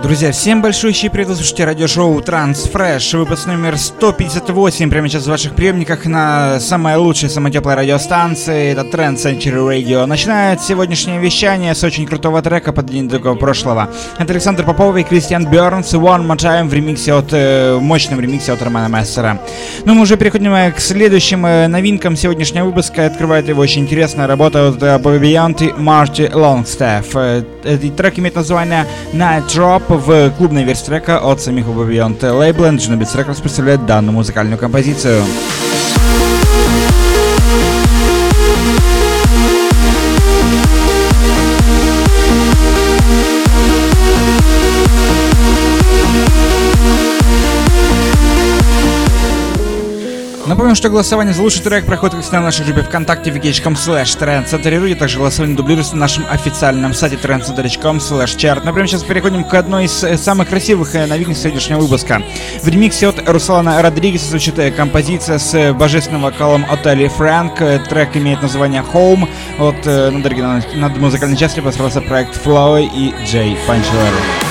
Друзья, всем большущий привет, вы слушаете радиошоу Transfresh, выпуск номер 158, прямо сейчас в ваших приемниках на самой лучшей, самой теплой радиостанции, это Trend Century Radio. Начинает сегодняшнее вещание с очень крутого трека под день такого прошлого. Это Александр Попов и Кристиан Бернс, One More Time в ремиксе мощном ремиксе от Романа Мессера. Ну, мы уже переходим к следующим новинкам сегодняшнего выпуска. Открывает его очень интересная работа от Bobby Beyond и Marty Longstaff. Этот трек имеет название Night Drop в клубной версии трека от самих Bobby Beyond лейбла. Junebits Records представляет данную музыкальную композицию. Напомню, что голосование за лучший трек проходит как всегда на нашей группе ВКонтакте vk.com/trendcenter, также голосование дублируется на нашем официальном сайте trendcenter.com/chart. Например, сейчас переходим к одной из самых красивых новинок сегодняшнего выпуска. В ремиксе от Руслана Родригеса звучит композиция с божественным вокалом от Элли Фрэнк. Трек имеет название Home. Над музыкальной частью постарался проект Flow и Джей Панчелер.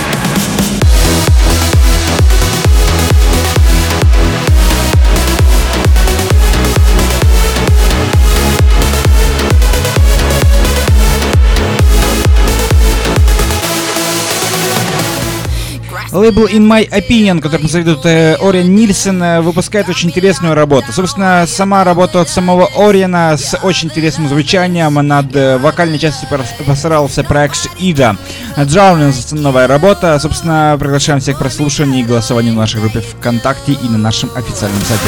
Лейбл In My Opinion, которым заведут Ориен Нильсон, выпускает очень интересную работу. Собственно, сама работа от самого Ориена с очень интересным звучанием. Над вокальной частью постарался проект Ида. Drownings — новая работа. Собственно, приглашаем всех к прослушиванию и голосованию в нашей группе ВКонтакте и на нашем официальном сайте.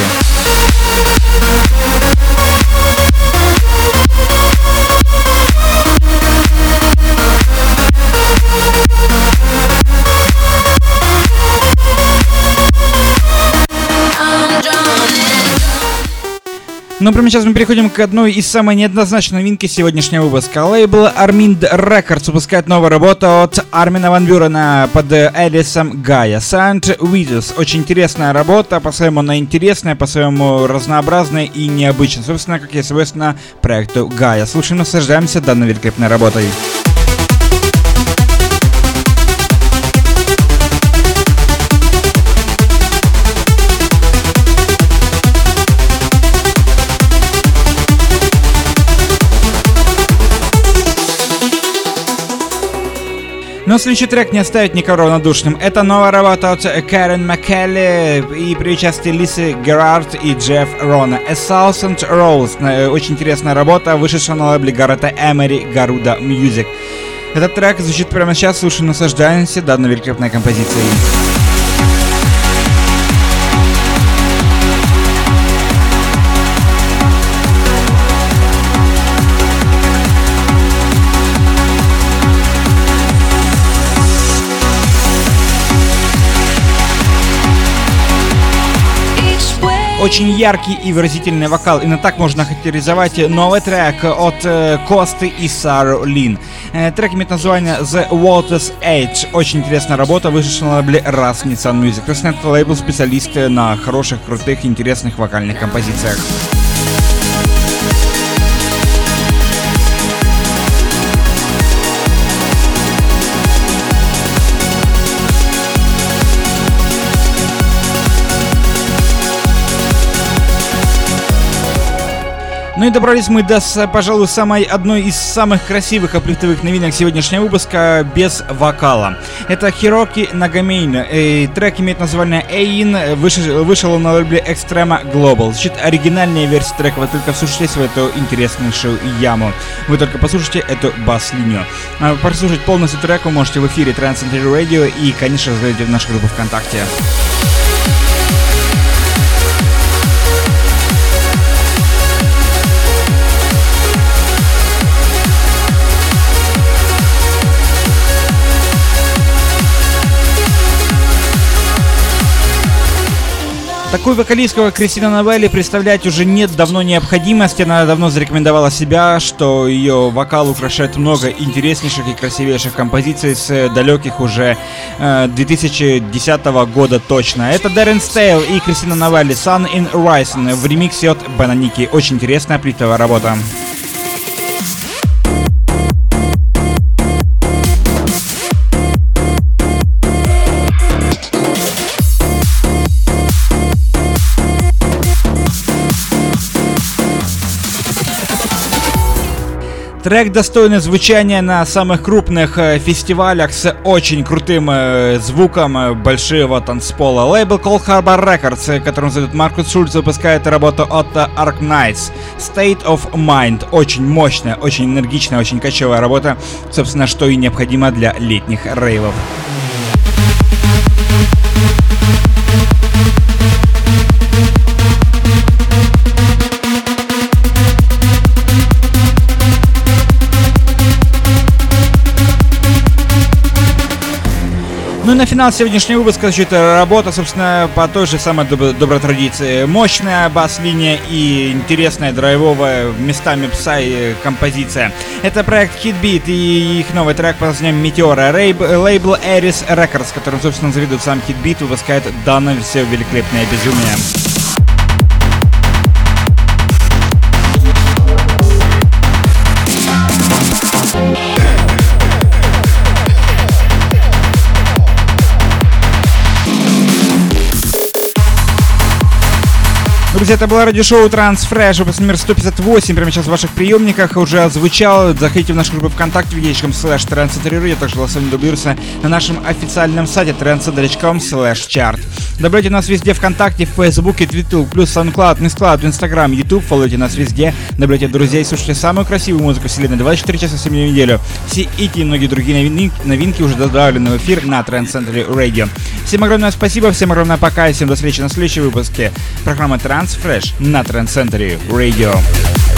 Ну, прямо сейчас мы переходим к одной из самой неоднозначной новинки сегодняшнего выпуска. Лейбл Armin Records выпускает новую работу от Армина Ван Бюрена под Элисом Гая. Sound Videos. Очень интересная работа, по-своему она интересная, по-своему разнообразная и необычная. Собственно, как и свойственно проекту Гая. Слушаем, наслаждаемся данной великолепной работой. Но следующий трек не оставит никого равнодушным. Это новая работа от Кэрен Маккелли и при участии Лисы Герард и Джефф Рона. A Thousand Rows. Очень интересная работа, вышедшая на лейбле Гаррета Эмери Garuda Music. Этот трек звучит прямо сейчас. Слушаем, наслаждаемся данной великолепной композицией. Очень яркий и выразительный вокал. Именно так можно характеризовать новый трек от Косты и Сару Лин. Трек имеет название The Water's Edge. Очень интересная работа, вышедшая на лейбле Rasmussen Music. То есть это лейбл специалисты на хороших, крутых, интересных вокальных композициях. Ну и добрались мы до, пожалуй, одной из самых красивых аплифтовых новинок сегодняшнего выпуска без вокала. Это Хироки Нагамейн. Трек имеет название Эйн. Вышел он на лейбле Extrema Global. Значит, оригинальная версия трека. Вы только вслушайтесь в эту интереснейшую яму. Вы только послушайте эту бас-линию. Прослушать полностью трек вы можете в эфире Trend Century Radio и, конечно же, зайдите в нашу группу ВКонтакте. Такую вокалистку, как Кристина Новелли, представлять уже нет давно необходимости. Она давно зарекомендовала себя, что ее вокал украшает много интереснейших и красивейших композиций с далеких уже 2010 года точно. Это Дэрен Стейл и Кристина Новелли Sun in Rising в ремиксе от Бена Ники. Очень интересная плитовая работа. Трек достойный звучания на самых крупных фестивалях с очень крутым звуком большого танцпола. Лейбл Cold Harbor Records, которым зовут Маркус Шульц, выпускает работу от Ark Knights. State of Mind. Очень мощная, очень энергичная, очень качевая работа. Собственно, что и необходимо для летних рейвов. Ну и на финал сегодняшнего выпуска это работа, собственно, по той же самой доброй традиции. Мощная бас-линия и интересная драйвовая, местами псай композиция. Это проект Hitbeat и их новый трек под названием Meteora. Лейбл Ares Records, которым, собственно, завидует сам Hitbeat, выпускает данное все великолепное безумие. Друзья, это было радиошоу Transfresh, выпуск номер 158, прямо сейчас в ваших приемниках уже озвучал. Заходите в нашу группу ВКонтакте, vk.com/trendcenter, также голосование дублируется на нашем официальном сайте trendcenter.com/chart. Добавляйте нас везде ВКонтакте, в Фейсбуке, Твиттер, плюс SoundCloud, MixCloud, Instagram, YouTube, фолловите нас везде, добавляйте друзей, слушайте самую красивую музыку вселенной 24 часа 7 дней в неделю. Все эти и многие другие новинки уже добавлены в эфир на Trend Center Radio. Всем огромное спасибо, всем огромное пока и всем до встречи на следующем выпуске программы Transfresh на Trend Center Radio.